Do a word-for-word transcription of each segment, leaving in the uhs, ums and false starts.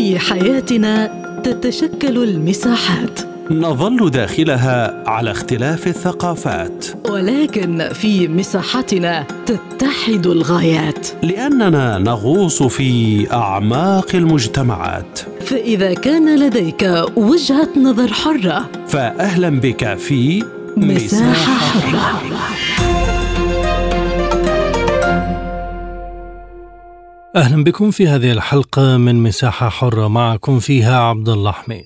في حياتنا تتشكل المساحات، نظل داخلها على اختلاف الثقافات، ولكن في مساحتنا تتحد الغايات، لأننا نغوص في أعماق المجتمعات. فإذا كان لديك وجهة نظر حرة، فأهلا بك في مساحة حرة. أهلا بكم في هذه الحلقة من مساحة حرة، معكم فيها عبد الله حميد.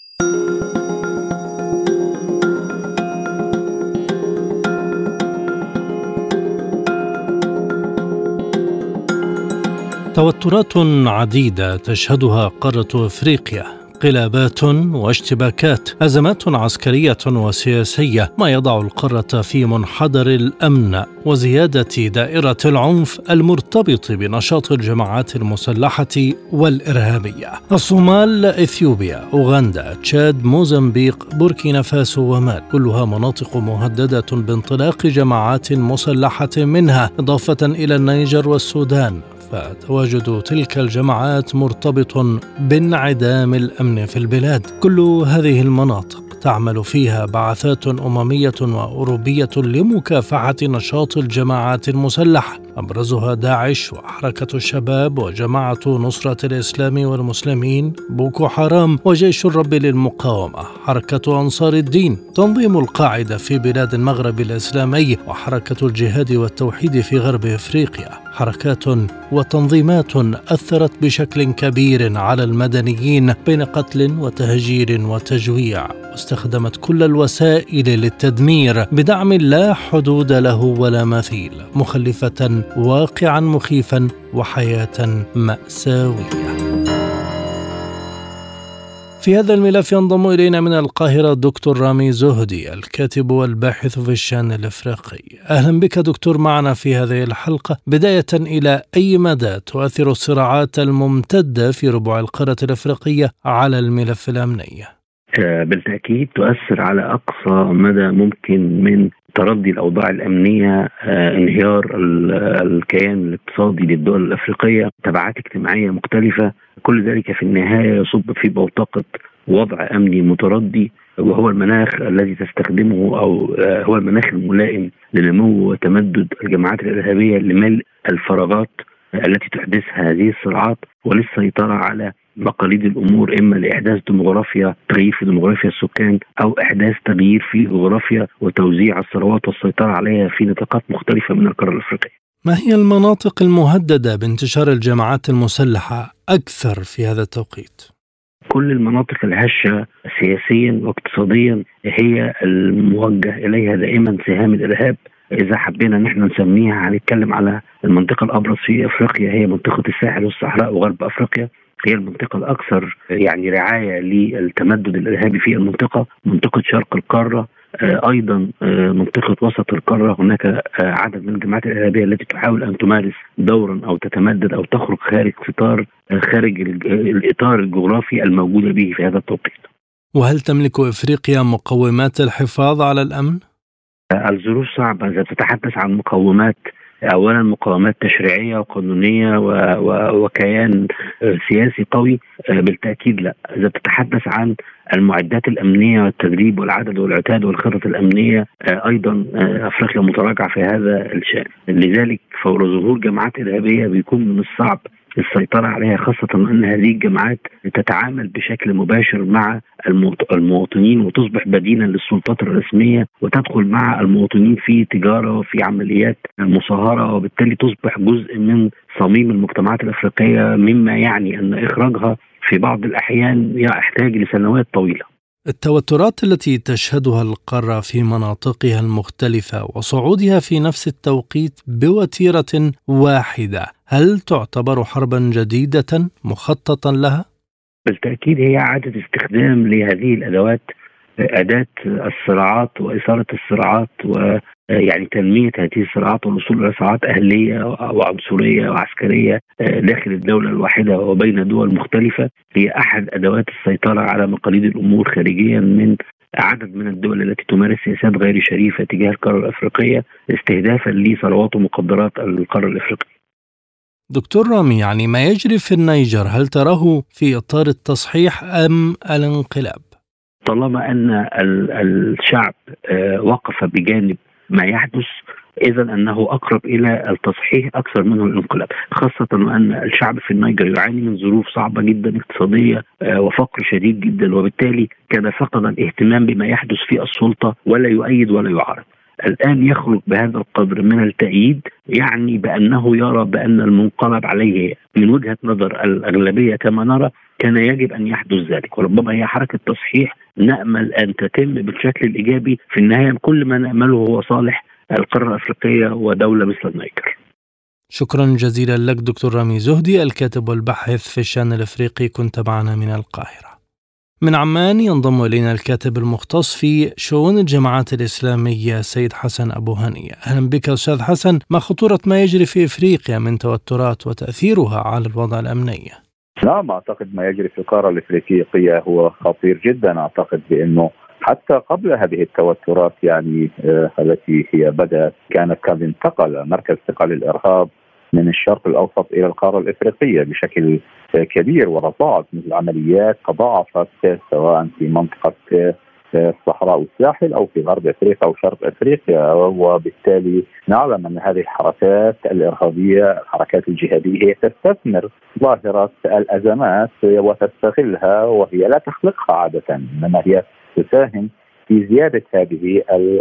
توترات عديدة تشهدها قارة أفريقيا، انقلابات واشتباكات، أزمات عسكرية وسياسية، ما يضع القارة في منحدر الأمن وزيادة دائرة العنف المرتبط بنشاط الجماعات المسلحة والإرهابية. الصومال، إثيوبيا، أوغندا، تشاد، موزمبيق، بوركينا فاسو ومال، كلها مناطق مهددة بانطلاق جماعات مسلحة منها، إضافة إلى النيجر والسودان. فتواجد تلك الجماعات مرتبط بانعدام الأمن في البلاد. كل هذه المناطق تعمل فيها بعثات أممية وأوروبية لمكافحة نشاط الجماعات المسلحة، أبرزها داعش وحركة الشباب وجماعة نصرة الإسلام والمسلمين، بوكو حرام وجيش الرب للمقاومة، حركة أنصار الدين، تنظيم القاعدة في بلاد المغرب الإسلامي، وحركة الجهاد والتوحيد في غرب إفريقيا. حركات وتنظيمات أثرت بشكل كبير على المدنيين بين قتل وتهجير وتجويع، واستخدمت كل الوسائل للتدمير بدعم لا حدود له ولا مثيل، مخلفة واقعا مخيفا وحياة مأساوية. في هذا الملف ينضم إلينا من القاهرة دكتور رامي زهدي، الكاتب والباحث في الشأن الإفريقي. أهلا بك دكتور معنا في هذه الحلقة. بداية، إلى أي مدى تؤثر الصراعات الممتدة في ربوع القارة الإفريقية على الملف الأمني؟ بالتأكيد تؤثر على أقصى مدى ممكن من تردي الأوضاع الأمنية، انهيار الكيان الاقتصادي للدول الأفريقية، تبعات اجتماعية مختلفة. كل ذلك في النهاية يصب في بوتقة وضع أمني متردي، وهو المناخ الذي تستخدمه أو هو المناخ الملائم لنمو وتمدد الجماعات الإرهابية لملء الفراغات التي تحدثها هذه الصراعات، وللسيطرة على مقاليد الأمور، إما لإحداث ديموغرافيا، تغيير في ديموغرافيا السكان، أو إحداث تغيير في جغرافيا وتوزيع الثروات والسيطرة عليها في نطاقات مختلفة من القارة الأفريقية. ما هي المناطق المهددة بانتشار الجماعات المسلحة أكثر في هذا التوقيت؟ كل المناطق الهشة سياسيا واقتصاديا هي الموجه إليها دائما سهام الإرهاب. إذا حبينا نحن نسميها، هنتكلم على المنطقة الأبرز في أفريقيا، هي منطقة الساحل والصحراء وغرب أفريقيا، هي المنطقة الأكثر يعني رعاية للتمدد الإرهابي في المنطقة. منطقة شرق القارة أيضا منطقة وسط القارة، هناك عدد من الجماعات الإرهابية التي تحاول أن تمارس دورا أو تتمدد أو تخرج خارج إطار خارج الإطار الجغرافي الموجود به في هذا التوقيت. وهل تملك إفريقيا مقومات الحفاظ على الأمن؟ الظروف صعبة. إذا تتحدث عن مقومات، أولا مقومات تشريعية وقانونية و... و... وكيان سياسي قوي، بالتأكيد لا. إذا تتحدث عن المعدات الأمنية والتدريب والعدد والعتاد والخطط الأمنية، أيضا أفريقيا متراجعة في هذا الشأن. لذلك فور ظهور جماعات إرهابية بيكون من الصعب السيطرة عليها، خاصة أن هذه الجماعات تتعامل بشكل مباشر مع المواطنين وتصبح بديلا للسلطات الرسمية، وتدخل مع المواطنين في تجارة وفي عمليات مصاهرة، وبالتالي تصبح جزء من صميم المجتمعات الأفريقية، مما يعني أن إخراجها في بعض الأحيان يحتاج لسنوات طويلة. التوترات التي تشهدها القارة في مناطقها المختلفة وصعودها في نفس التوقيت بوتيرة واحدة، هل تعتبر حربا جديدة مخططا لها؟ بالتأكيد هي إعادة استخدام لهذه الأدوات، أداة الصراعات وإثارة الصراعات ويعني تنمية هذه الصراعات والوصول إلى صراعات أهلية وعنصرية وعسكرية داخل الدولة الواحدة وبين دول مختلفة. هي أحد أدوات السيطرة على مقاليد الأمور خارجيا من عدد من الدول التي تمارس سياسات غير شريفة تجاه القارة الأفريقية، استهدافا لثروات ومقدرات القارة الأفريقية. دكتور رامي، يعني ما يجري في النيجر هل تراه في إطار التصحيح أم الانقلاب؟ طالما أن ال- الشعب آه، وقف بجانب ما يحدث، إذا أنه أقرب إلى التصحيح أكثر منه الانقلاب، خاصة وأن الشعب في النيجر يعاني من ظروف صعبة جدا اقتصادية آه، وفقر شديد جدا، وبالتالي كان فقد الاهتمام بما يحدث في السلطة ولا يؤيد ولا يعارض. الآن يخرج بهذا القدر من التأييد، يعني بأنه يرى بأن المنقلب عليه من وجهة نظر الأغلبية كما نرى كان يجب أن يحدث ذلك، وربما هي حركة تصحيح نأمل أن تتم بالشكل الإيجابي. في النهاية كل ما نأمله هو صالح القارة الأفريقية ودولة مثل النيجر. شكرا جزيلا لك دكتور رامي زهدي، الكاتب والباحث في الشأن الأفريقي، كنت معنا من القاهرة. من عمان ينضم إلينا الكاتب المختص في شؤون الجماعات الإسلامية سيد حسن أبو هنية. أهلا بك أستاذ حسن. ما خطورة ما يجري في إفريقيا من توترات وتأثيرها على الوضع الأمني؟ نعم، أعتقد ما يجري في القارة الإفريقية هو خطير جدا. أعتقد بأنه حتى قبل هذه التوترات يعني آه التي هي بدأت، كانت قد انتقل مركز ثقل الإرهاب من الشرق الأوسط إلى القارة الإفريقية بشكل آه كبير، وتصاعد مثل العمليات تضاعفت سواء في منطقة آه الصحراء والساحل أو في غرب أفريقيا أو شرق أفريقيا. وبالتالي نعلم أن هذه الحركات الإرهابية، الحركات الجهادية، هي تستثمر ظاهرة الأزمات وتستغلها، وهي لا تخلقها عادة، إنما هي تساهم في زيادة هذه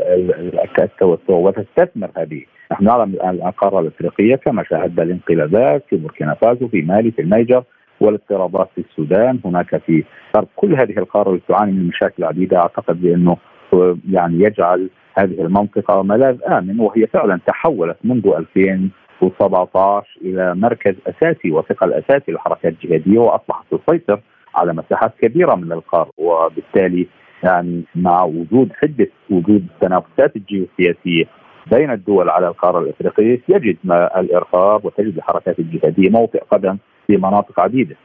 التوتر وتستثمر هذه. نحن نعلم الآن القارة الأفريقية كما شاهدنا الانقلابات في بوركينا فاسو، في مالي، في النيجر، والاضطرابات في السودان، هناك في غرب كل هذه القارة التي تعاني من مشاكل عديدة. أعتقد بأنه يعني يجعل هذه المنطقة ملاذ آمن، وهي فعلا تحولت منذ ألفين وسبعة عشر إلى مركز أساسي وثقل أساسي للحركات الجهادية، وأصبحت تسيطر على مساحات كبيرة من القارة. وبالتالي يعني مع وجود حدة وجود التنافسات الجيوسياسية بين الدول على القارة الإفريقية، يجد ما الإرهاب وتجد الحركات الجهادية موطئ قدم في مناطق عديدة.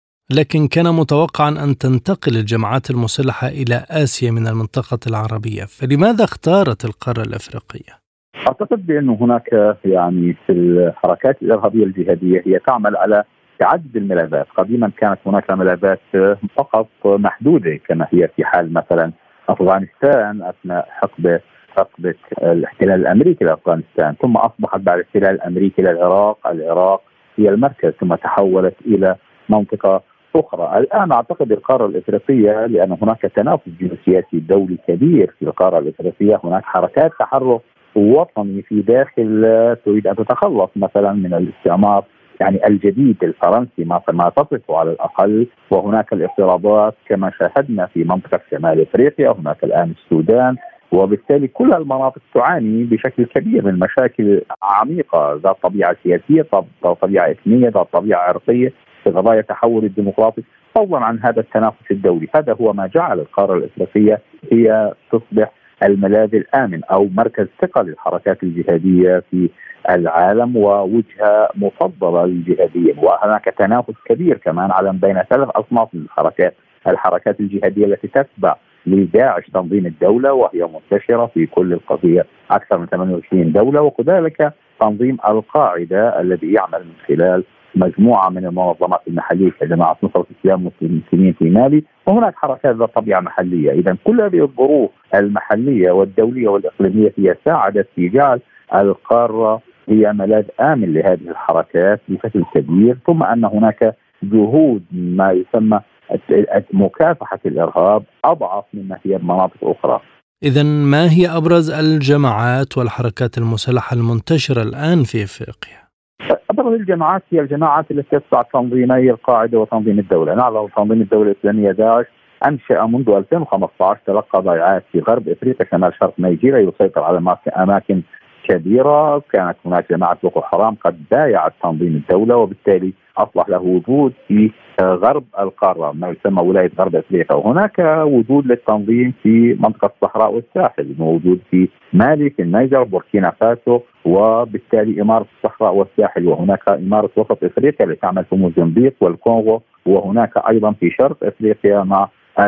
لكن كان متوقعا أن تنتقل الجماعات المسلحة إلى آسيا من المنطقة العربية، فلماذا اختارت القارة الأفريقية؟ أعتقد بأن هناك يعني في الحركات الإرهابية الجهادية هي تعمل على تعدد الملاذات. قديما كانت هناك ملاذات فقط محدودة، كما هي في حال مثلا أفغانستان أثناء حقبة حقبة الاحتلال الأمريكي لأفغانستان، ثم أصبحت بعد الاحتلال الأمريكي للعراق العراق هي المركز، ثم تحولت إلى منطقة أخرى. الآن أعتقد القارة الإفريقية لأن هناك تنافس جيوسياسي دولي كبير في القارة الإفريقية، هناك حركات تحرك وطني في داخل تريد أن تتخلص مثلا من الاستعمار يعني الجديد الفرنسي ما تصفه على الأقل، وهناك الاضطرابات كما شاهدنا في منطقة شمال إفريقيا، هناك الآن السودان، وبالتالي كل المناطق تعاني بشكل كبير من مشاكل عميقة ذات طبيعة سياسية، ذات طبيعة إثنية، ذات طبيعة عرقية، في قضايا التحول الديمقراطي، فضلا عن هذا التنافس الدولي. هذا هو ما جعل القارة الإفريقية هي تصبح الملاذ الآمن أو مركز ثقة للحركات الجهادية في العالم ووجهة مفضلة للجهاديين. وهناك تنافس كبير كمان على بين ثلاث أصناف من الحركات، الحركات الجهادية التي تتبع لداعش تنظيم الدولة وهي منتشرة في كل القضية أكثر من ثمانية وعشرين دولة، وكذلك تنظيم القاعدة الذي يعمل من خلال مجموعة من المنظمات المحلية كجماعة نصرة الإسلام والمسلمين في مالي، وهناك حركات ذات طبيعة محلية. إذا كل هذه الظروف المحلية والدولية والإقليمية هي ساعدت في جعل القارة هي ملاذ آمن لهذه الحركات بشكل كبير، ثم أن هناك جهود ما يسمى مكافحة الإرهاب أضعف مما هي بمناطق أخرى. إذا ما هي أبرز الجماعات والحركات المسلحة المنتشرة الآن في أفريقيا؟ أبرز الجماعات هي الجماعات التي تتبع تنظيمي القاعدة وتنظيم الدولة. نعلم تنظيم الدولة الإسلامية داعش أنشأ منذ ألفين وخمسة عشر تلقى ضيعات في غرب أفريقيا شمال شرق نيجيريا، يسيطر على أماكن كبيرة. كانت هناك جماعة بوكو حرام قد بايعت تنظيم الدولة، وبالتالي أصبح له وجود في غرب القارة ما يسمى ولاية غرب أفريقيا. وهناك وجود للتنظيم في منطقة الصحراء والساحل، موجود في مالي، في النيجر، بوركينا فاسو، وبالتالي إمارة الصحراء والساحل. وهناك إمارة وسط أفريقيا اللي تعمل في موزمبيق والكونغو، وهناك أيضا في شرق أفريقيا مع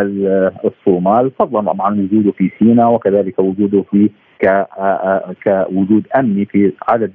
الصومال، فضلا عن وجوده في سيناء، وكذلك وجوده في كوجود أمني في عدد من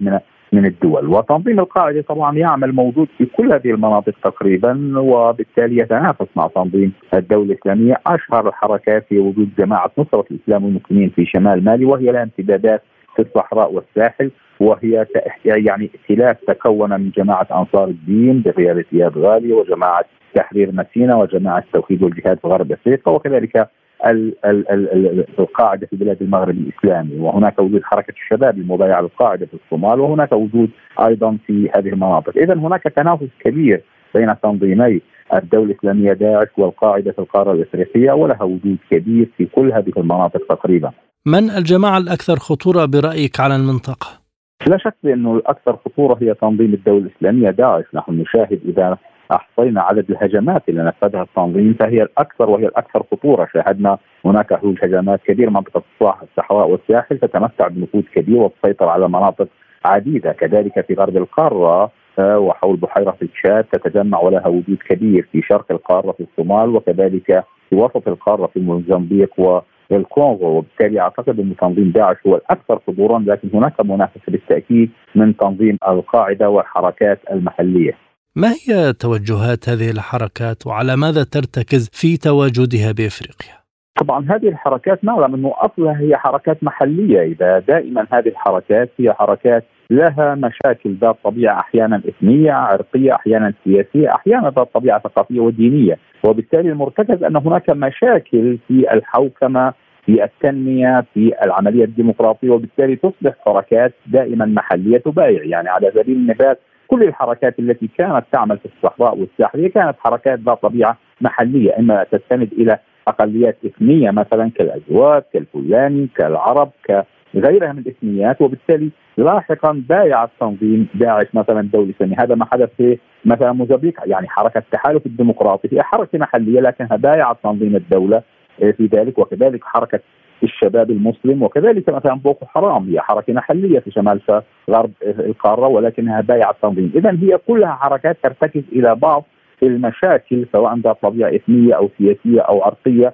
من الدول. وتنظيم القاعدة طبعا يعمل موجود في كل هذه المناطق تقريبا، وبالتالي يتنافس مع تنظيم الدولة الإسلامية. أشهر الحركات هي وجود جماعة نصرة الإسلام والمسلمين في شمال مالي، وهي لها امتدادات في الصحراء والساحل، وهي يعني ائتلاف تكون من جماعة أنصار الدين بقيادة إياد غالي، وجماعة تحرير مسينا، وجماعة التوحيد والجهاد في غرب أفريقيا، وكذلك ال ال ال القاعدة في بلاد المغرب الإسلامي. وهناك وجود حركة الشباب المبايعة للقاعدة في الصومال، وهناك وجود أيضا في هذه المناطق. إذن هناك تنافس كبير بين تنظيمي الدولة الإسلامية داعش والقاعدة في القارة الإفريقية، ولها وجود كبير في كل هذه المناطق تقريبا. من الجماعة الأكثر خطورة برأيك على المنطقة؟ لا شك بأنه الأكثر خطورة هي تنظيم الدولة الإسلامية داعش. نحن نشاهد إذا أحصينا عدد الهجمات اللي نفذها التنظيم فهي الأكثر وهي الأكثر خطورة. شاهدنا هناك هجمات كبيرة منطقة الصحراء والساحل تتمتع بنفوذ كبير وتسيطر على مناطق عديدة، كذلك في غرب القارة وحول بحيرة تشاد تتجمع ولها وجود كبير، في شرق القارة في الصومال، وكذلك في وسط القارة في موزمبيق والكونغو. وبالتالي أعتقد أن تنظيم داعش هو الأكثر خطورا، لكن هناك منافسة بالتأكيد من تنظيم القاعدة والحركات المحلية. ما هي توجهات هذه الحركات وعلى ماذا ترتكز في تواجدها بإفريقيا؟ طبعا هذه الحركات نعلم أنه أصلها هي حركات محلية. إذا دائما هذه الحركات هي حركات لها مشاكل ذات طبيعة أحيانا إثنية عرقية، أحيانا سياسية، أحيانا ذات طبيعة ثقافية ودينية. وبالتالي المرتكز أن هناك مشاكل في الحوكمة، في التنمية، في العملية الديمقراطية، وبالتالي تصبح حركات دائما محلية تبايع. يعني على سبيل المثال كل الحركات التي كانت تعمل في الصحراء والساحل كانت حركات ذات طبيعة محلية، إما تستند إلى أقليات إثنية مثلا كالأزواج كالفلاني كالعرب كغيرها من الإثنيات. وبالتالي لاحقا بايع التنظيم داعش مثلا الدولة الإسلامية. هذا ما حدث في مثلا موزمبيق، يعني حركة التحالف الديمقراطي هي حركة محلية لكنها بايع التنظيم الدولة في ذلك، وكذلك حركة الشباب المسلم، وكذلك مثلا بوكو حرام هي حركة محلية في شمال غرب القارة ولكنها بايع التنظيم. إذن هي كلها حركات ترتكز إلى بعض المشاكل سواء ذات طبيعة إثنية أو سياسية أو عرقية،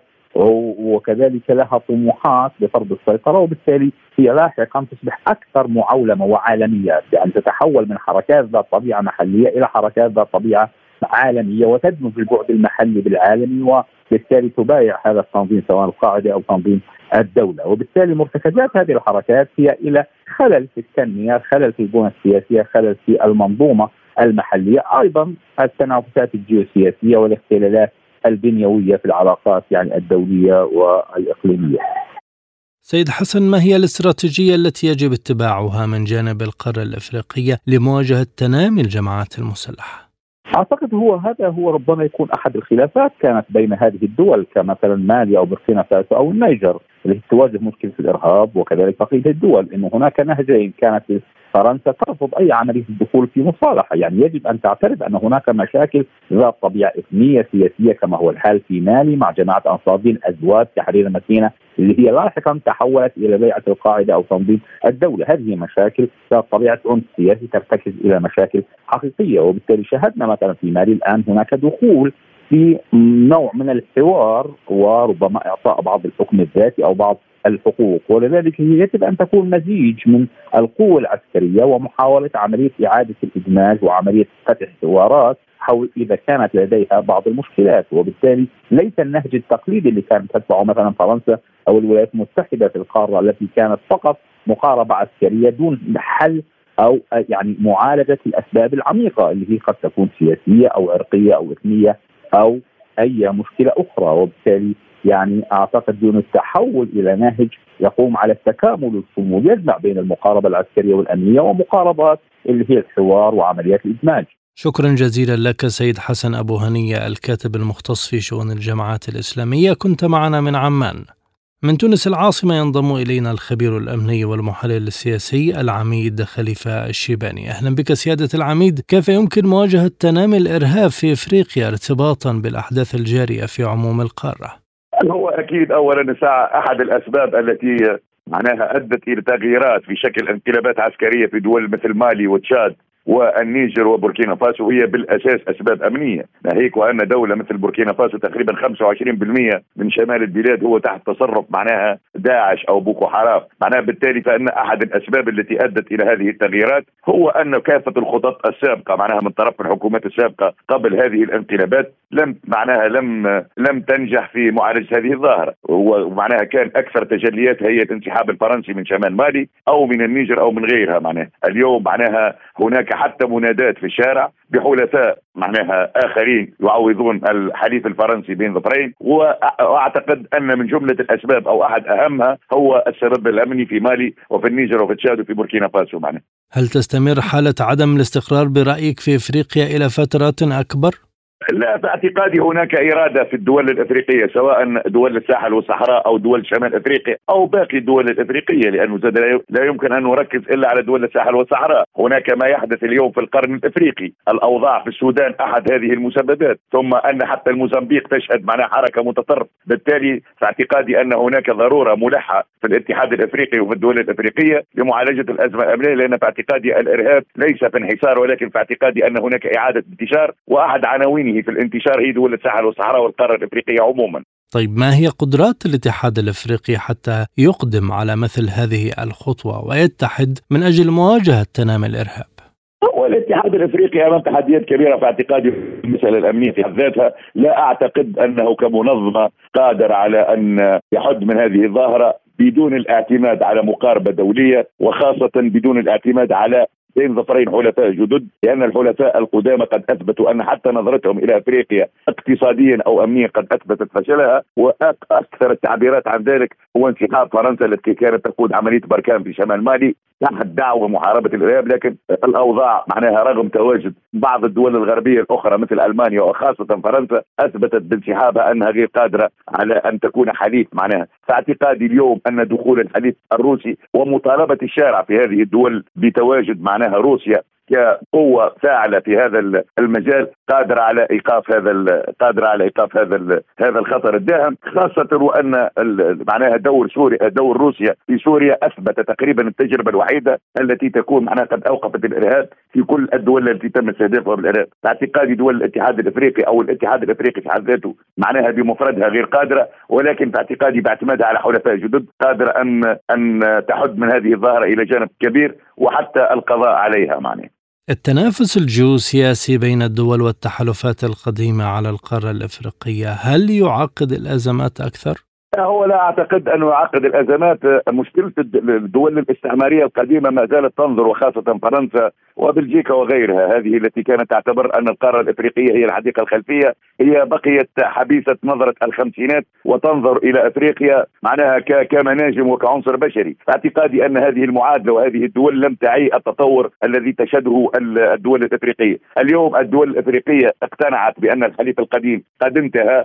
وكذلك لها طموحات لفرض السيطرة. وبالتالي هي لاحقا تصبح أكثر معولمة وعالمية، يعني تتحول من حركات ذات طبيعة محلية إلى حركات ذات طبيعة عالمية وتدمج البعد المحلي بالعالمي، وبالتالي تبايع هذا التنظيم سواء القاعدة أو تنظيم الدولة. وبالتالي مرتكزات هذه الحركات هي إلى خلل في التنمية، خلل في البنى السياسية، خلل في المنظومة المحلية، أيضا التنافسات الجيوسياسية والاختلالات البنيوية في العلاقات يعني الدولية والإقليمية. سيد حسن، ما هي الاستراتيجية التي يجب اتباعها من جانب القارة الأفريقية لمواجهة تنامي الجماعات المسلحة؟ أعتقد هو هذا هو ربما يكون أحد الخلافات كانت بين هذه الدول كمثلا مالي أو بوركينا فاسو أو النيجر التي تواجه مشكلة الإرهاب، وكذلك بقية الدول. إنه هناك نهجين، كانت فرنسا ترفض أي عملية الدخول في مصالحة. يعني يجب أن تعترف أن هناك مشاكل ذات طبيعة إثنية سياسية كما هو الحال في مالي مع جماعة أنصار الدين أزواج تحرير مسينا اللي هي لاحقا تحولت إلى بيعة القاعدة أو تنظيم الدولة. هذه مشاكل ذات طبيعة عنف سياسي ترتكز إلى مشاكل حقيقية. وبالتالي شاهدنا مثلا في مالي الآن هناك دخول في نوع من الحوار وربما إعطاء بعض الحكم الذاتي أو بعض الحقوق، ولذلك يجب أن تكون مزيج من القوة العسكرية ومحاولة عملية إعادة الإدماج وعملية فتح حوارات حول إذا كانت لديها بعض المشكلات. وبالتالي ليس النهج التقليدي اللي كانت تتبعه مثلا فرنسا أو الولايات المتحدة في القارة التي كانت فقط مقاربة عسكرية دون حل أو يعني معالجة الأسباب العميقة اللي هي قد تكون سياسية أو عرقية أو إثنية أو أي مشكلة أخرى. وبالتالي يعني أعتقد دون التحول إلى نهج يقوم على التكامل والشمول يجمع بين المقاربة العسكرية والأمنية ومقاربات اللي هي الحوار وعمليات الإدماج. شكرا جزيلا لك سيد حسن أبو هنية، الكاتب المختص في شؤون الجماعات الإسلامية، كنت معنا من عمان. من تونس العاصمة ينضم إلينا الخبير الأمني والمحلل السياسي العميد خليفة الشيباني. أهلا بك سيادة العميد. كيف يمكن مواجهة تنامي الإرهاب في إفريقيا ارتباطا بالأحداث الجارية في عموم القارة؟ هو أكيد أولا ساعة أحد الأسباب التي معناها أدت إلى تغييرات في شكل انقلابات عسكرية في دول مثل مالي وتشاد والنيجر وبوركينا فاسو هي بالاساس اسباب امنيه، ناهيك وان دوله مثل بوركينا فاسو تقريبا خمسة وعشرين بالمئة من شمال البلاد هو تحت تصرف معناها داعش او بوكو حرام، معناها بالتالي فان احد الاسباب التي ادت الى هذه التغييرات هو ان كافه الخطط السابقه معناها من طرف الحكومات السابقه قبل هذه الانقلابات لم معناها لم لم تنجح في معالجه هذه الظاهره، ومعناها كان اكثر تجليات هي الانسحاب الفرنسي من شمال مالي او من النيجر او من غيرها. معناها اليوم معناها هناك حتى منادات في الشارع بحلفاء معناها اخرين يعوضون الحليف الفرنسي بين ظفرين، واعتقد ان من جمله الاسباب او احد اهمها هو السبب الامني في مالي وفي النيجر وفي تشاد وفي بوركينا فاسو. معناها هل تستمر حاله عدم الاستقرار برايك في افريقيا الى فترات اكبر؟ لا، في اعتقادي هناك إرادة في الدول الأفريقية سواء دول الساحل والصحراء أو دول شمال أفريقيا أو باقي الدول الأفريقية، لأنه زاد لا يمكن أن نركز إلا على دول الساحل والصحراء. هناك ما يحدث اليوم في القرن الأفريقي، الأوضاع في السودان أحد هذه المسببات، ثم أن حتى الموزمبيق تشهد معناها حركة متطرف. بالتالي في اعتقادي أن هناك ضرورة ملحة في الاتحاد الأفريقي وفي الدول الأفريقية لمعالجة الأزمة الأمنية، لأن في اعتقادي الإرهاب ليس في انحسار ولكن في اعتقادي أن هناك إعادة انتشار، وأحد عناوينه في الانتشار هي دول الساحل والصحراء والقارة الأفريقية عموما. طيب ما هي قدرات الاتحاد الأفريقي حتى يقدم على مثل هذه الخطوة ويتحد من أجل مواجهة تنامي الإرهاب؟ هو الاتحاد الافريقي امام تحديات كبيره في اعتقادي المساله الامنيه في حد ذاتها، لا اعتقد انه كمنظمه قادر على ان يحد من هذه الظاهره بدون الاعتماد على مقاربه دوليه، وخاصه بدون الاعتماد على بين ظفرين حلفاء جدد، لأن الحلفاء القدامى قد أثبتوا أن حتى نظرتهم إلى أفريقيا اقتصاديا أو أمنيا قد أثبتت فشلها، وأكثر التعبيرات عن ذلك هو انسحاب فرنسا التي كانت تقود عملية بركان في شمال مالي تحت دعوة محاربة الإرهاب. لكن الأوضاع معناها رغم تواجد بعض الدول الغربية الأخرى مثل ألمانيا وخاصة فرنسا أثبتت بانسحابها أنها غير قادرة على أن تكون حليف معناها. فاعتقادي اليوم أن دخول الحليف الروسي ومطالبة الشارع في هذه الدول بتواجد معناها روسيا كقوة فاعلة في هذا المجال قادرة على إيقاف هذا قادرة على إيقاف هذا هذا الخطر الداهم، خاصة وأن معناها دور سوريا دور روسيا في سوريا أثبت تقريبا التجربة الوحيدة التي تكون معناها قد أوقفت الإرهاب في كل الدول التي تم استهدافها بالإرهاب. اعتقادي دول الاتحاد الأفريقي أو الاتحاد الأفريقي في حد ذاته معناها بمفردها غير قادرة، ولكن في اعتقادي باعتمادها على حلفاء جدد قادرة أن أن تحد من هذه الظاهرة إلى جانب كبير وحتى القضاء عليها. معناه التنافس الجيوسياسي بين الدول والتحالفات القديمة على القارة الأفريقية هل يعقد الأزمات أكثر؟ هو لا أعتقد أنه يعقد الأزمات. مشكلة الدول الاستعمارية القديمة ما زالت تنظر، وخاصة فرنسا وبلجيكا وغيرها، هذه التي كانت تعتبر أن القارة الأفريقية هي الحديقة الخلفية، هي بقيت حبيسة نظرة الخمسينات وتنظر إلى أفريقيا معناها كمناجم وكعنصر بشري. اعتقادي أن هذه المعادلة وهذه الدول لم تعي التطور الذي تشهده الدول الأفريقية. اليوم الدول الأفريقية اقتنعت بأن الحليف القديم قد انتهى،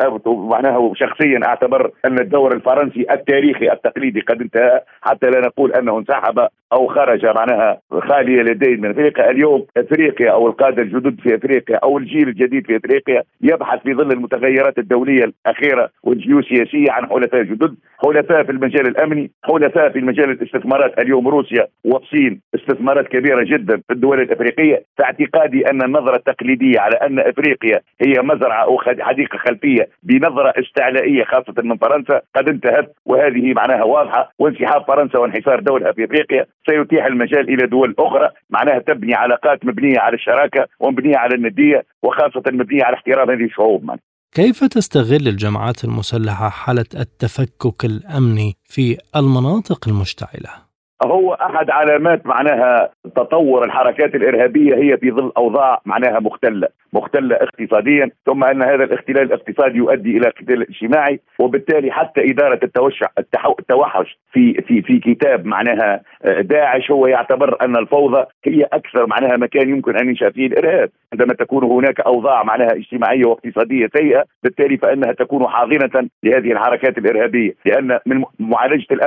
ومعناه شخصيا أعتبر أن الدور الفرنسي التاريخي التقليدي قد انتهى، حتى لا نقول أنه انسحب أو خرج معناها خالي اليدين من أفريقيا. اليوم أفريقيا أو القادة الجدد في أفريقيا أو الجيل الجديد في أفريقيا يبحث في ظل المتغيرات الدولية الأخيرة والجيوسياسية عن حلفاء جدد، حلفاء في المجال الأمني، حلفاء في المجال الاستثمارات. اليوم روسيا والصين استثمارات كبيرة جدا في الدول الأفريقية. فاعتقادي أن النظرة التقليدية على أن أفريقيا هي مزرعة أو حديقة خلفية بنظرة استعلائية خاصة من فرنسا قد انتهت، وهذه معناها واضحة. وانسحاب فرنسا وانحسار دولها في أفريقيا سيتيح المجال إلى دول أخرى معناها تبني علاقات مبنية على الشراكة ومبنية على الندية، وخاصة مبنية على احترام هذه الشعوب. من. كيف تستغل الجماعات المسلحة حالة التفكك الأمني في المناطق المشتعلة؟ هو أحد علامات معناها تطور الحركات الإرهابية هي في ظل أوضاع معناها مختلة مختلة اقتصاديا، ثم أن هذا الاختلال الاقتصادي يؤدي إلى اختلال اجتماعي، وبالتالي حتى إدارة التوشع التوحش في في في كتاب معناها داعش هو يعتبر أن الفوضى هي أكثر معناها مكان يمكن أن ينشأ فيه الإرهاب. عندما تكون هناك أوضاع معناها اجتماعية واقتصادية سيئة بالتالي فإنها تكون حاضنة لهذه الحركات الإرهابية، لأن من معالجة الأمن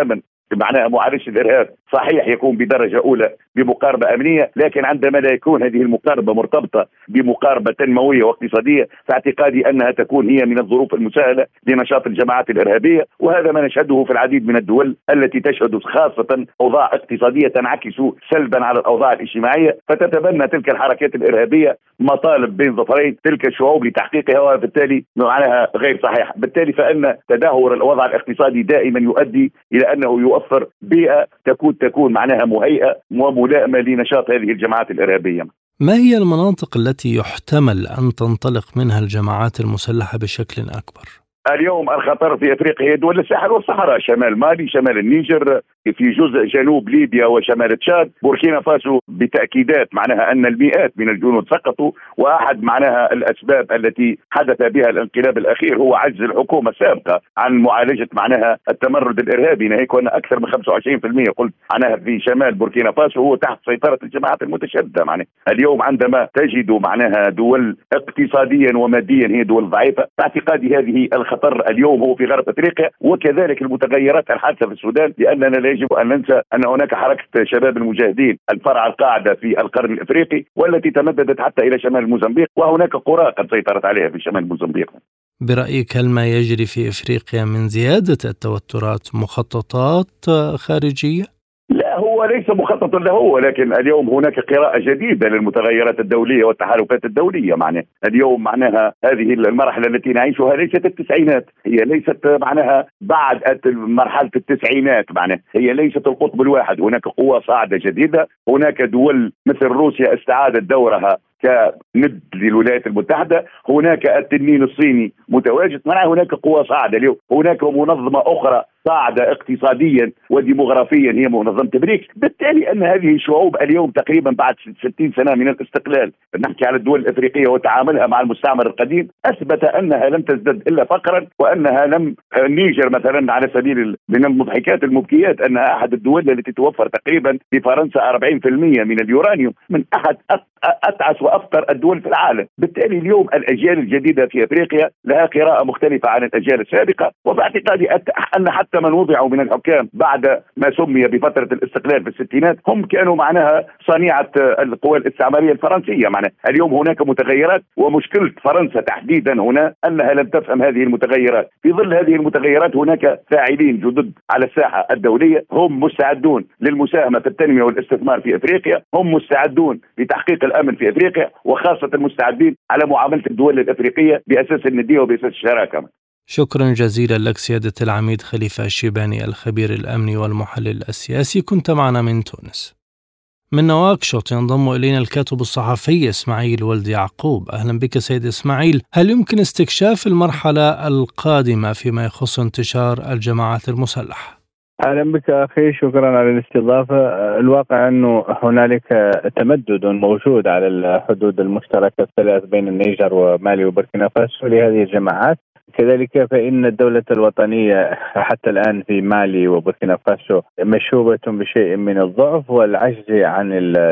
معناها معالجة الإرهاب صحيح يكون بدرجة أولى بمقاربة أمنية، لكن عندما لا يكون هذه المقاربة مرتبطة بمقاربة تنموية واقتصادية فاعتقادي أنها تكون هي من الظروف المسهلة لنشاط الجماعات الإرهابية. وهذا ما نشهده في العديد من الدول التي تشهد خاصة أوضاع اقتصادية تنعكس سلبا على الأوضاع الاجتماعية، فتتبنى تلك الحركات الإرهابية مطالب بين ظفرين تلك الشعوب لتحقيقها، وبالتالي معناها غير صحيح. بالتالي فإن تدهور الوضع الاقتصادي دائما يؤدي إلى أنه يوفر بيئة تكون تكون معناها مهيئة وملائمة لنشاط هذه الجماعات الإرهابية. ما هي المناطق التي يحتمل أن تنطلق منها الجماعات المسلحة بشكل أكبر؟ اليوم الخطر في افريقيا هي دول الساحل والصحراء، شمال مالي، شمال النيجر، في جزء جنوب ليبيا وشمال تشاد، بوركينا فاسو بتاكيدات معناها ان المئات من الجنود سقطوا، واحد معناها الاسباب التي حدث بها الانقلاب الاخير هو عجز الحكومه السابقه عن معالجه معناها التمرد الارهابي، ناهيك وان اكثر من خمسة وعشرين بالمئة قلت معناها في شمال بوركينا فاسو هو تحت سيطره الجماعات المتشدده. معناها اليوم عندما تجد معناها دول اقتصاديا وماديا هي دول ضعيفه، باعتقادي هذه الخطر اليوم هو في غرب افريقيا، وكذلك المتغيرات الحادثه في السودان، لاننا لا يجب ان ننسى ان هناك حركه شباب المجاهدين الفرع القاعده في القرن الافريقي والتي تمددت حتى الى شمال موزمبيق، وهناك قرى قد سيطرت عليها في شمال موزمبيق. برأيك هل ما يجري في افريقيا من زياده التوترات مخططات خارجيه؟ لا، هو ليس مخطط له، ولكن اليوم هناك قراءة جديدة للمتغيرات الدولية والتحالفات الدولية. معناه اليوم معناها هذه المرحلة التي نعيشها ليست التسعينات، هي ليست معناها بعد مرحلة التسعينات، معناه هي ليست القطب الواحد، هناك قوى صاعدة جديدة، هناك دول مثل روسيا استعادت دورها كند للولايات المتحدة، هناك التنين الصيني متواجد، معناها هناك قوى صاعدة اليوم، هناك منظمة أخرى صاعدة اقتصاديا وديموغرافيا هي منظمة بريكس. بالتالي أن هذه الشعوب اليوم تقريبا بعد ستين سنة من الاستقلال، نحكي على الدول الأفريقية وتعاملها مع المستعمر القديم، أثبت أنها لم تزدد إلا فقرا، وأنها لم النيجر مثلا على سبيل من المضحكات المبكيات أنها أحد الدول التي توفر تقريبا بفرنسا أربعين بالمئة من اليورانيوم، من أحد أتعس وأفقر الدول في العالم. بالتالي اليوم الأجيال الجديدة في أفريقيا لها قراءة مختلفة عن الأجيال السابقة، وباعتقادي أن حتى من وضعوا من الحكام بعد ما سمي بفترة الاستقلال في الستينات هم كانوا معناها صنيعة القوى الاستعمارية الفرنسية. معناها اليوم هناك متغيرات، ومشكلة فرنسا تحديدا هنا أنها لم تفهم هذه المتغيرات. في ظل هذه المتغيرات هناك فاعلين جدد على الساحة الدولية هم مستعدون للمساهمة في التنمية والاستثمار في أفريقيا، هم مستعدون لتحقيق الأمن في أفريقيا، وخاصة مستعدين على معاملة الدول الأفريقية بأساس الندية وبأساس الشراكة. شكرا جزيلا لك سيادة العميد خليفة الشيباني الخبير الأمني والمحلل السياسي، كنت معنا من تونس. من نواكشوط ينضم إلينا الكاتب الصحفي إسماعيل ولد يعقوب. أهلا بك سيد إسماعيل. هل يمكن استكشاف المرحلة القادمة فيما يخص انتشار الجماعات المسلحة؟ أهلا بك أخي، شكرا على الاستضافة. الواقع أنه هنالك تمدد موجود على الحدود المشتركة الثلاث بين النيجر ومالي وبوركينا فاسو لهذه الجماعات. كذلك فإن الدولة الوطنية حتى الآن في مالي وبوركينا فاسو مشوبة بشيء من الضعف والعجز عن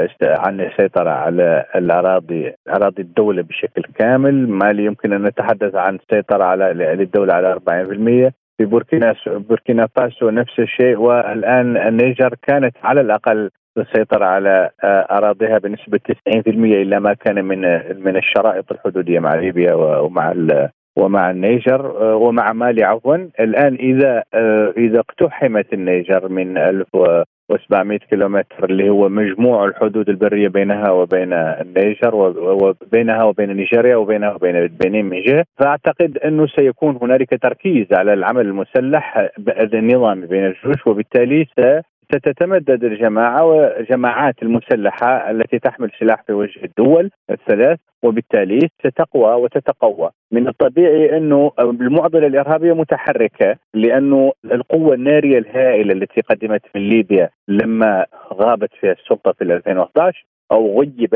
عن السيطرة على الأراضي أراضي الدولة بشكل كامل. مالي يمكن أن نتحدث عن السيطرة على للدولة على أربعين بالمئة، في بوركينا بوركينا فاسو نفس الشيء، والآن النيجر كانت على الأقل السيطرة على أراضيها بنسبة تسعين بالمئة إلا ما كان من من الشرائط الحدودية مع ليبيا ومع ومع النيجر ومع مالي عفوا. الآن إذا إذا اقتحمت النيجر من ألف وسبعمئة كيلومتر اللي هو مجموع الحدود البرية بينها وبين النيجر وبينها وبين نيجيريا وبينها وبين البنين من جهة، فأعتقد أنه سيكون هنالك تركيز على العمل المسلح النظامي بين الجيوش، وبالتالي ستتمدد الجماعة وجماعات المسلحة التي تحمل سلاح في وجه الدول الثلاث، وبالتالي ستقوى وتتقوى. من الطبيعي أنه المعضلة الإرهابية متحركة، لأنه القوة النارية الهائلة التي قدمت من ليبيا لما غابت فيها السلطة في ألفين وأحد عشر أو غيبت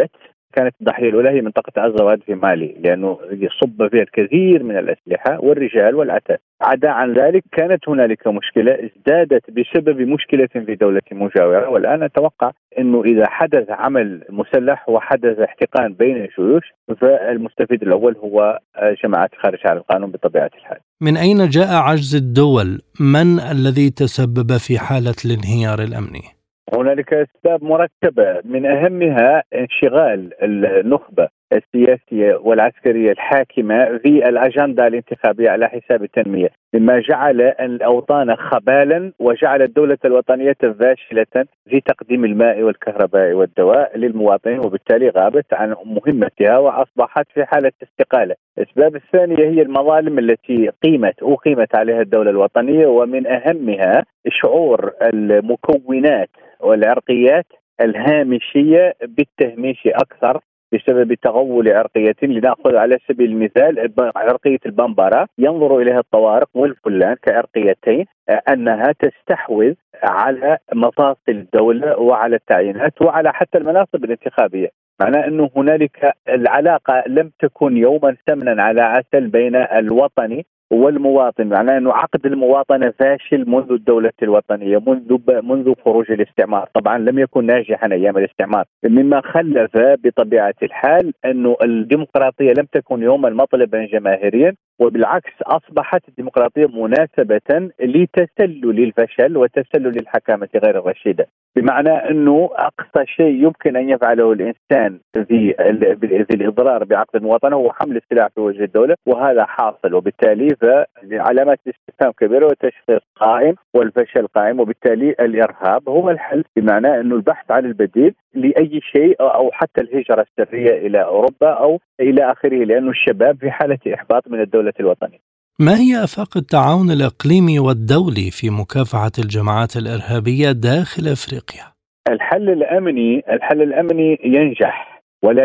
كانت الضحية الأولى هي منطقة الزواد في مالي، لأنه يصب فيها الكثير من الأسلحة والرجال والعتاد. عدا عن ذلك كانت هنالك مشكلة ازدادت بسبب مشكلة في دولة مجاورة، والآن أتوقع أنه إذا حدث عمل مسلح وحدث احتقان بين الجيوش فالمستفيد الأول هو جماعات خارج على القانون بطبيعة الحال. من أين جاء عجز الدول؟ من الذي تسبب في حالة الانهيار الأمني؟ هنالك أسباب مركبة، من أهمها انشغال النخبة السياسية والعسكرية الحاكمة في الأجندة الانتخابية على حساب التنمية، مما جعل الأوطان خبالا وجعل الدولة الوطنية فاشلة في تقديم الماء والكهرباء والدواء للمواطنين، وبالتالي غابت عن مهمتها وأصبحت في حالة استقالة. الأسباب الثانية هي المظالم التي قيمت أقيمت عليها الدولة الوطنية، ومن أهمها شعور المكونات والعرقيات الهامشية بالتهميش أكثر بسبب تغول عرقية. لنأخذ على سبيل المثال عرقية البمبارة، ينظر إليها الطوارق والفلان كعرقيتين أنها تستحوذ على مفاصل الدولة وعلى التعيينات وعلى حتى المناصب الانتخابية، معناه أنه هنالك العلاقة لم تكن يوما ثمنا على عسل بين الوطني والمواطن، معناه أنه عقد المواطنة فاشل منذ الدولة الوطنية، منذ منذ خروج الاستعمار. طبعا لم يكن ناجحا أيام الاستعمار، مما خلف بطبيعة الحال أنه الديمقراطية لم تكن يوما مطلبا جماهيريا، وبالعكس أصبحت الديمقراطية مناسبة لتسلل الفشل وتسلل الحكامة غير الرشيدة، بمعنى أنه أقصى شيء يمكن أن يفعله الإنسان في, في الإضرار بعقد المواطنة هو حمل السلاح في وجه الدولة، وهذا حاصل. وبالتالي فعلامات الاستفهام كبيرة والتشخيص قائم والفشل قائم، وبالتالي الإرهاب هو الحل، بمعنى أنه البحث عن البديل لأي شيء أو حتى الهجرة السرية إلى أوروبا أو إلى آخره، لأنه الشباب في حالة إحباط من الدولة الوطنية. ما هي آفاق التعاون الإقليمي والدولي في مكافحة الجماعات الإرهابية داخل أفريقيا؟ الحل الأمني الحل الأمني ينجح،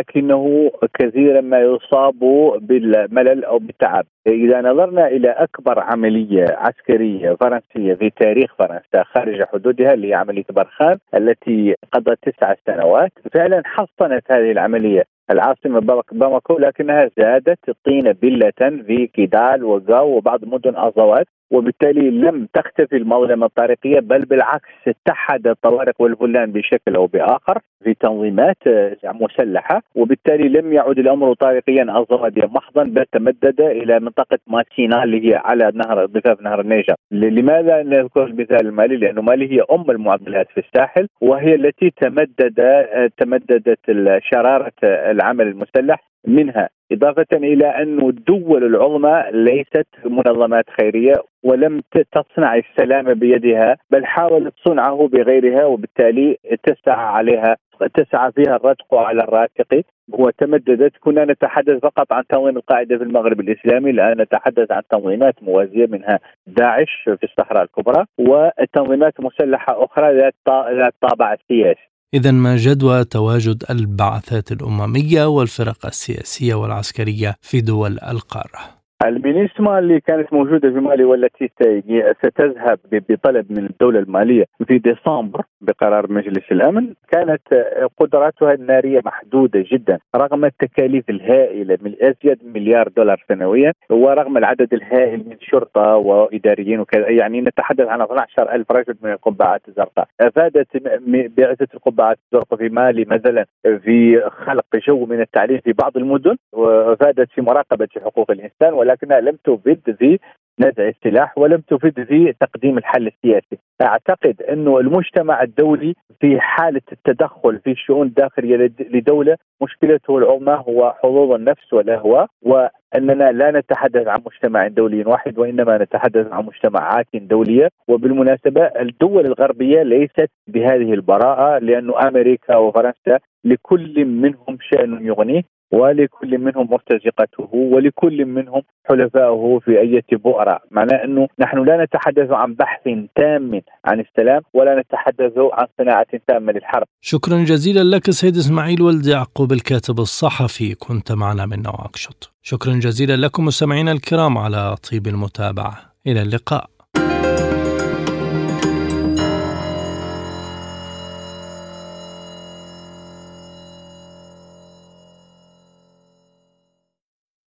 ولكنه كثيرا ما يصاب بالملل أو بالتعب. إذا نظرنا إلى أكبر عملية عسكرية فرنسية في تاريخ فرنسا خارج حدودها اللي هي عملية برخان التي قضت تسع سنوات، فعلا حصنت هذه العملية العاصمة باماكو، لكنها زادت طين بلة في كيدال وغاو وبعض مدن أزوات، وبالتالي لم تختفي المظلمة الطارقية، بل بالعكس اتحد الطوارق والفلان بشكل أو بآخر في تنظيمات مسلحة، وبالتالي لم يعد الأمر طارقيا أزواديا محضا، بل تمدد إلى منطقة ماسينا اللي هي على نهر ضفاف نهر النيجر. لماذا نذكر المثال المالي؟ لأنه مالي هي أم المعضلات في الساحل، وهي التي تمدد تمددت شرارة العمل المسلح منها، إضافة إلى أن الدول العظمى ليست منظمات خيرية ولم تصنع السلام بيدها، بل حاولت صنعه بغيرها، وبالتالي تسعى عليها تسعى فيها الرتق على الراتق وتمددت. كنا نتحدث فقط عن تنظيم القاعدة في المغرب الإسلامي، الآن نتحدث عن تنظيمات موازية منها داعش في الصحراء الكبرى وتنظيمات مسلحة أخرى ذات طابع سياسي. إذن ما جدوى تواجد البعثات الأممية والفرق السياسية والعسكرية في دول القارة؟ المينيسما اللي كانت موجودة في مالي والتي ستذهب بطلب من الدولة المالية في ديسمبر بقرار مجلس الأمن، كانت قدراتها النارية محدودة جدا رغم التكاليف الهائلة من أزيد مليار دولار سنويا، ورغم العدد الهائل من شرطة وإداريين وكذا. يعني نتحدث عن اثني عشر ألف رجل من القبعات الزرقاء. أفادت بعثة القبعات الزرقاء في مالي مثلا في خلق جو من التعليم في بعض المدن، وأفادت في مراقبة حقوق الإنسان، ولكنها لم تفيد في نزع السلاح ولم تفيد في تقديم الحل السياسي. أعتقد أنه المجتمع الدولي في حالة التدخل في الشؤون الداخلية لدولة مشكلته العظمى هو حظوظ النفس والأهواء، وأننا لا نتحدث عن مجتمع دولي واحد وإنما نتحدث عن مجتمعات دولية. وبالمناسبة الدول الغربية ليست بهذه البراءة، لأن أمريكا وفرنسا لكل منهم شأن يغنيه، ولكل منهم مرتزقته، ولكل منهم حلفائه في أي بؤرة. معناه أنه نحن لا نتحدث عن بحث تام عن السلام ولا نتحدث عن صناعة تامة للحرب. شكرا جزيلا لك سيد إسماعيل ولد يعقوب الكاتب الصحفي، كنت معنا من نواكشوط. شكرا جزيلا لكم مستمعينا الكرام على طيب المتابعة، إلى اللقاء.